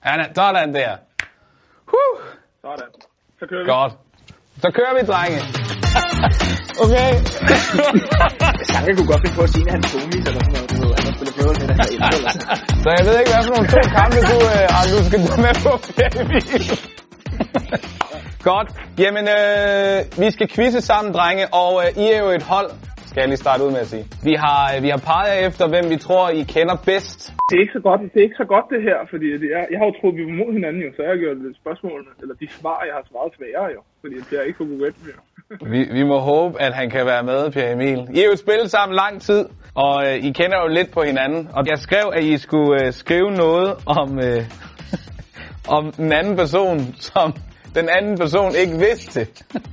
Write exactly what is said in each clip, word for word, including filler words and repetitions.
Ja, sådan der. Huh. Sådan. Så kører vi. Godt. Så kører vi, drenge. Okay. Sanke kunne godt finde på at sige, at han er komis eller sådan noget. Du ved, han har spillet fodbold med det her eller sådan. Så jeg ved ikke, hvad for nogle to kampe, du, øh, har, du skal med på, Pierre Emil. Godt. Jamen, øh, vi skal quizze sammen, drenge, og øh, I er jo et hold, skal jeg lige starte ud med at sige. Vi har, øh, vi har peget efter, hvem vi tror, I kender bedst. Det er ikke så godt, det er ikke så godt det her, fordi det er, jeg har jo troet, vi var mod hinanden jo, så jeg har gjort spørgsmålene, eller de svar, jeg har svaret sværere jo, fordi jeg er ikke på Google mere. vi, vi må håbe, at han kan være med, Pierre Emil. I har jo spillet sammen lang tid, og øh, I kender jo lidt på hinanden. Og jeg skrev, at I skulle øh, skrive noget om, øh, om den anden person, som den anden person ikke vidste.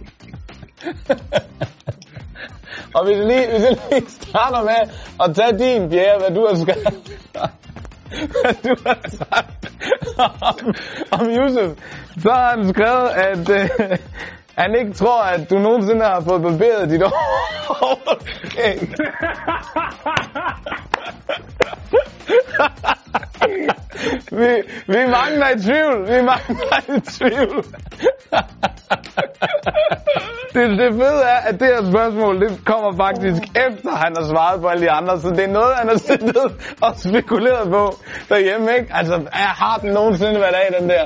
Og hvis jeg lige, hvis jeg lige starter med at tage din, Pierre, hvad du har skrevet, hvad du har sagt om, om Yusuf, så har han skrevet, at øh, han ikke tror, at du nogensinde har fået barberet dit overskæg. vi, vi mangler i tvivl. Vi mangler i tvivl. det, det fede er, at det her spørgsmål, det kommer faktisk efter, han har svaret på alle de andre. Så det er noget, han har siddet og spekuleret på derhjemme, ikke? Altså, har den nogensinde været af, den der?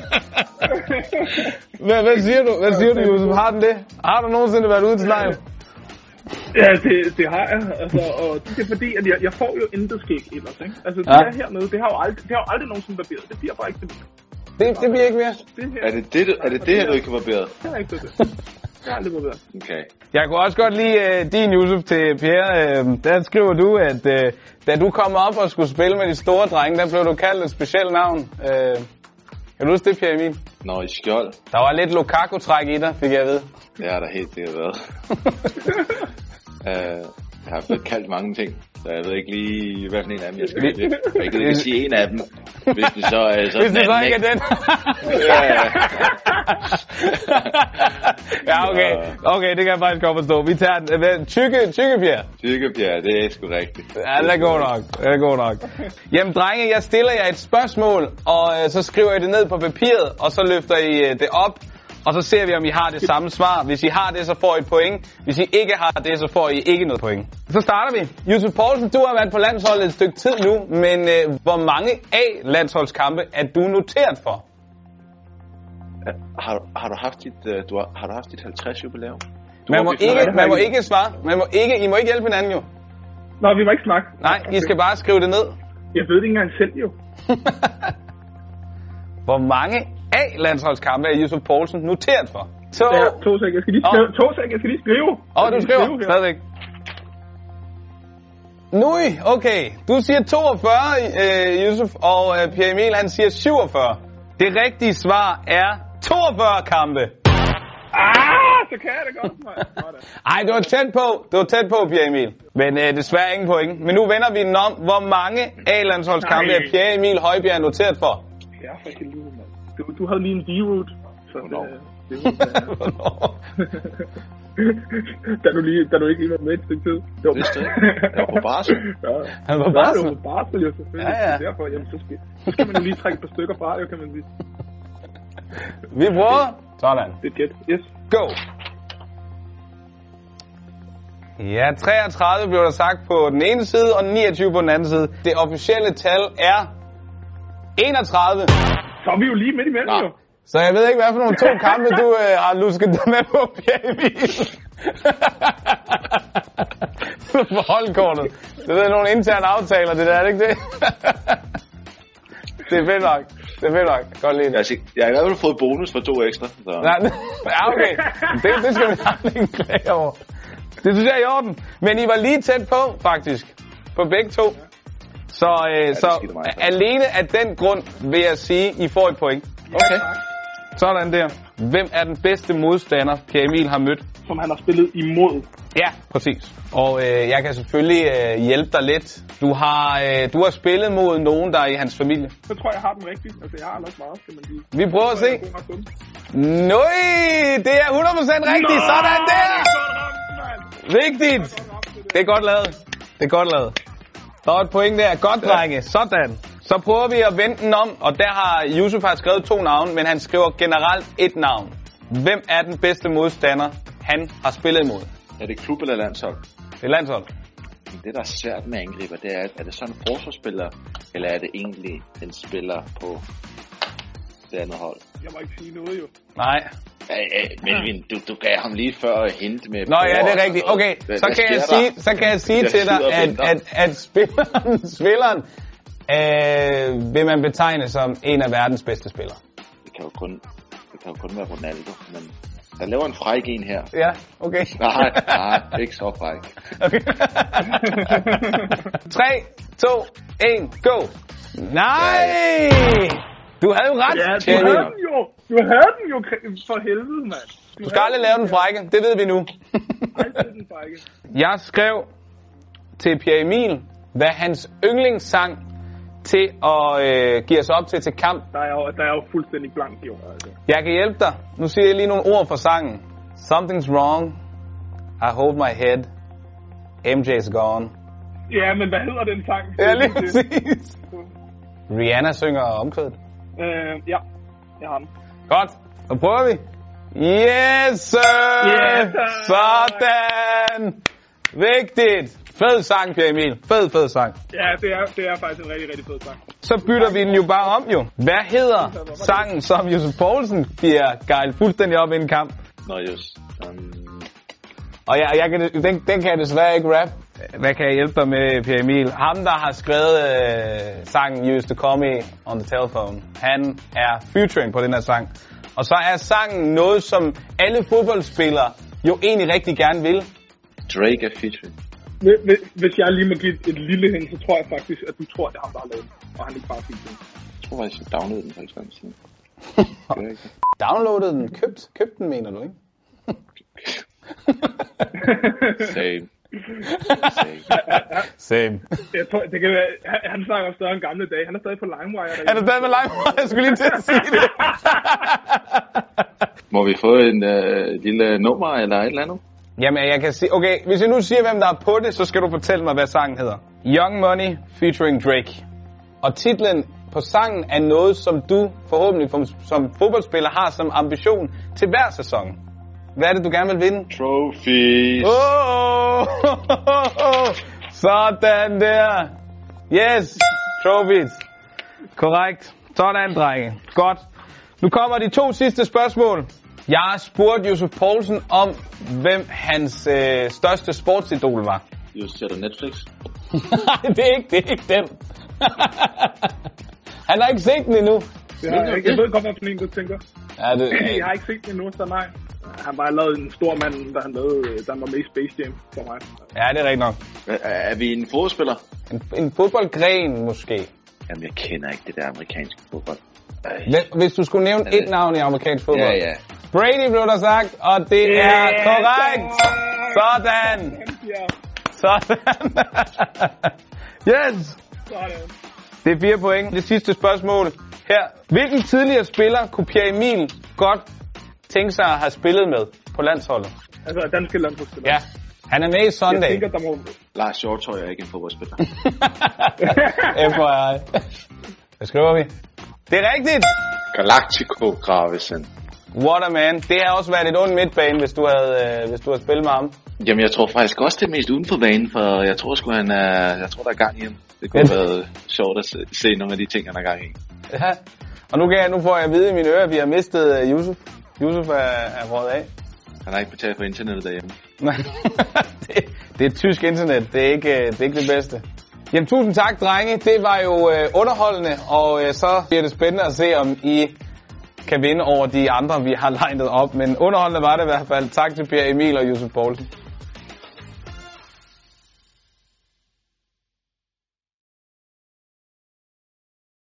hvad, hvad siger du, hvad siger du, Yusuf? Har den det? Har du nogensinde været ude til lejr? Ja, det, det har jeg, altså, og det er fordi, at jeg, jeg får jo intet skæg ellers, ikke? Altså, det ja. her hernede, det har jo aldrig, det har jo aldrig nogensinde barberet, det bliver bare ikke det mere. Det, det bliver ikke mere? Det her, er det det, du, er det, det her, du ikke har barberet? Det har ikke det. Det har aldrig barberet. Okay. Jeg kunne også godt lide uh, din, Yusuf, til Pierre. Uh, der skriver du, at uh, da du kom op og skulle spille med de store drenge, der blev du kaldt et specielt navn. Uh, kan du huske det, Pierre Emil? Nå, i skjold. Der var lidt Lukaku-træk i dig, fik jeg at vide. Det er der helt sikkert været. uh, jeg har blevet kaldt mange ting, så jeg ved ikke lige, hvad for en af dem jeg skal vælge. Jeg kan ikke sige en af dem, hvis det så er så hvis det så ikke er den. ja, ja. ja, okay. Okay, det kan jeg faktisk godt forstå. Vi tager den. Tykke, tykke Pierre. Tykke Pierre, det er sgu rigtigt. Ja, det er god nok. Det er god nok. Jamen, drenge, jeg stiller jer et spørgsmål, og øh, så skriver I det ned på papiret, og så løfter I øh, det op. Og så ser vi, om I har det samme svar. Hvis I har det, så får I et point. Hvis I ikke har det, så får I ikke noget point. Så starter vi. Yusuf Poulsen, du har været på landsholdet et stykke tid nu, men øh, hvor mange A-landsholdskampe er du noteret for? Har, har du haft dit, uh, du har, har du haft dit halvtreds jubilæum? Man må, ikke, man må ikke svare. Man må ikke, I må ikke hjælpe hinanden jo. Nå, vi må ikke snakke. Nej, okay. I skal bare skrive det ned. Jeg ved det ikke engang selv jo. Hvor mange A-landsholdskampe er Yusuf Poulsen noteret for? To, ja, to sek. Jeg skal lige skrive. Oh. To sek. Jeg skal lige skrive. Åh, oh, du skriver. skrive stadigvæk. Nui, okay. Du siger toogfyrre, øh, Yusuf, og øh, Pierre Emil, han siger syvogfyrre. Det rigtige svar er toogfyrre kampe. Ah, så kan jeg det godt. Ej, du var tæt på. Du var tæt på, Pierre Emil. Men øh, desværre ingen point. Men nu vender vi den om. Hvor mange A-landsholdskampe er Pierre Emil Højbjerg noteret for? Ja, for helvede, mand. Du, du havde lige en D-root, så det, det var... da, du lige, da du ikke lige var med et stykke tid. Det var vidste ikke. Jeg var på barsel. Ja. Han var på barsel? Ja, du var på barsel, jo, selvfølgelig. Ja, ja. Derfor, jamen, så skal, så skal man jo lige trække et par stykker fra, jo, kan man sige. Vi prøver. Sådan. Det er et gæt. Yes. Go. Ja, treogtredive blev der sagt på den ene side, og niogtyve på den anden side. Det officielle tal er enogtredive. Så er vi jo lige midt imellem, jo. Så jeg ved ikke, hvad for nogle to kampe, du øh, har lusket dig med på, Pierre Emil. For holdkortet. Det er nogle interne aftaler, det der, er det ikke det? Det er fedt nok. Det er fedt nok. Godt lide det. Jeg, jeg har i hvert fald fået bonus for to ekstra. Så. Ja, okay. Det, det skal vi aldrig ikke klage over. Det synes jeg er i orden. Men I var lige tæt på, faktisk. På begge to. Så, øh, ja, så alene af den grund vil jeg sige, I får et point. Okay. Sådan der. Hvem er den bedste modstander, Pierre Emil har mødt? Som han har spillet imod. Ja, præcis. Og øh, jeg kan selvfølgelig øh, hjælpe dig lidt. Du har, øh, du har spillet mod nogen, der er i hans familie. Så tror jeg, jeg har den rigtigt. Altså, jeg har ellers meget, skal man sige. Vi prøver at se. Nøj, det er hundrede procent rigtigt. Nå, sådan der. Rigtigt. Det er godt lavet. Det er godt lavet. Der er et point der. Godt, drenge. Sådan. Så prøver vi at vende den om, og der har Yusuf har skrevet to navne, men han skriver generelt et navn. Hvem er den bedste modstander, han har spillet imod? Er det klub eller landshold? Det er landshold. Det, der er svært med angriber, det er, er det sådan en forsvarsspiller, eller er det egentlig en spiller på det andet hold? Jeg må ikke sige noget, jo. Nej. Ja, ja, men du, du gav ham lige før hente med... Nå ja, det er rigtigt. Okay, hvad, så, hvad kan jeg sige, så kan jeg sige til dig, at, at, at spilleren, spilleren øh, vil man betegne som en af verdens bedste spillere. Det kan jo kun, det kan jo kun være Ronaldo, men der laver en fræk en her. Ja, okay. Nej, nej, ikke så fræk. Okay. tre, to, et, go! Nej! Du havde jo ret, ja, du havde den jo. Du havde den jo for helvede, mand. Du, du skal aldrig lave den frække. Det ved vi nu. Altid den frække. Jeg skrev til Pierre Emil, hvad hans yndlingssang til at øh, give os op til til kamp. Der er jo, der er jo fuldstændig blank i år, altså. Jeg kan hjælpe dig. Nu siger jeg lige nogle ord fra sangen. Something's wrong. I hold my head. M J's gone. Ja, men hvad hedder den sang? Ja, lige præcis. Rihanna synger omkvædet. Øh, ja, jeg har den. Godt, så prøver vi. Yes, sir! Yes, sir! Sådan! Vigtigt! Fed sang, Pierre Emil. Fed, fed sang. Ja, det er, det er faktisk en rigtig, rigtig fed sang. Så bytter vi den jo bare om, jo. Hvad hedder sangen, som Josef Poulsen bliver gejlet fuldstændig op i en kamp? Nå, just. Um... Og jeg, jeg kan, den, den kan jeg desværre ikke rap. Hvad kan jeg hjælpe dig med, Pierre Emil? Ham, der har skrevet øh, sangen You Used to Call Me on the Telephone, han er featuring på den her sang. Og så er sangen noget, som alle fodboldspillere jo egentlig rigtig gerne vil. Drake er featuring. Hvis jeg lige må give et lille hint, så tror jeg faktisk, at du tror, at det er ham, der har lavet den, og han ikke bare fik den. Jeg tror faktisk, jeg downloadede den faktisk gange siden. Downloadede den? Købt, købt den, mener du, ikke? Same. Same. Same. Jeg tror, det kan være, han, han snakker om større end gamle dage. Han er stadig på LimeWire. Han er stadig på LimeWire, jeg skulle lige til at sige det. Må vi få en øh, lille nummer eller et eller andet? Jamen, jeg kan sige... Okay, hvis jeg nu siger, hvem der er på det, så skal du fortælle mig, hvad sangen hedder. Young Money featuring Drake. Og titlen på sangen er noget, som du forhåbentlig som fodboldspiller har som ambition til hver sæson. Hvad er det, du gerne vil vinde? Trophies. Oh, oh, oh, oh. Sådan der. Yes, trophies. Korrekt. Sådan, drenge. Godt. Nu kommer de to sidste spørgsmål. Jeg har spurgt Josef Poulsen om, hvem hans øh, største sportsidol var. Just ser du Netflix? Nej, det er ikke, det er ikke den. Han har ikke set den endnu. Jeg, har, jeg, jeg ved godt, hvad en du tænker. Ja, det, jeg har ikke set den endnu, så nej. Han var lavet en stor mand, der han lavede, der var med i Space Jam for mig. Ja, det er rigtigt nok. Er, er vi en fodboldspiller? En, en fodboldgren, måske. Jamen, jeg kender ikke det der amerikanske fodbold. Ej. Hvis du skulle nævne et navn i amerikansk fodbold. Ja, ja. Brady blev der sagt, og det yeah, er korrekt. Sådan. Sådan. Yes. Sådan. Det er fire point. Det sidste spørgsmål her. Hvilken tidligere spiller kunne Pierre Emil godt tænke sig at have spillet med på landsholdet? Altså danske landsholdsspiller? Ja. Han er med i Sunday. Jeg tænker, der må... Lars Hjortøj er ikke en fodboldspiller. F Y I. Hvad skriver vi? Det er rigtigt! Galactico Gravesen. What a man. Det har også været et ondt midtbane, hvis du havde, øh, hvis du havde spillet med ham. Jamen, jeg tror faktisk også, det er mest uden for banen, for jeg tror sgu, han er, jeg tror, der er gang i ham. Det kunne have været sjovt at se, se nogle af de ting, han er gang i. Ja, og nu, kan jeg, nu får jeg at vide i mine ører, at vi har mistet uh, Yusuf. Yusuf er, er røget af. Han har ikke betalt for internettet derhjemme. Nej, det, det er et tysk internet. Det er ikke det, er ikke det bedste. Jamen, tusind tak, drenge. Det var jo øh, underholdende, og øh, så bliver det spændende at se, om I kan vinde over de andre, vi har legnet op. Men underholdende var det i hvert fald. Tak til Pierre Emil og Josef Poulsen.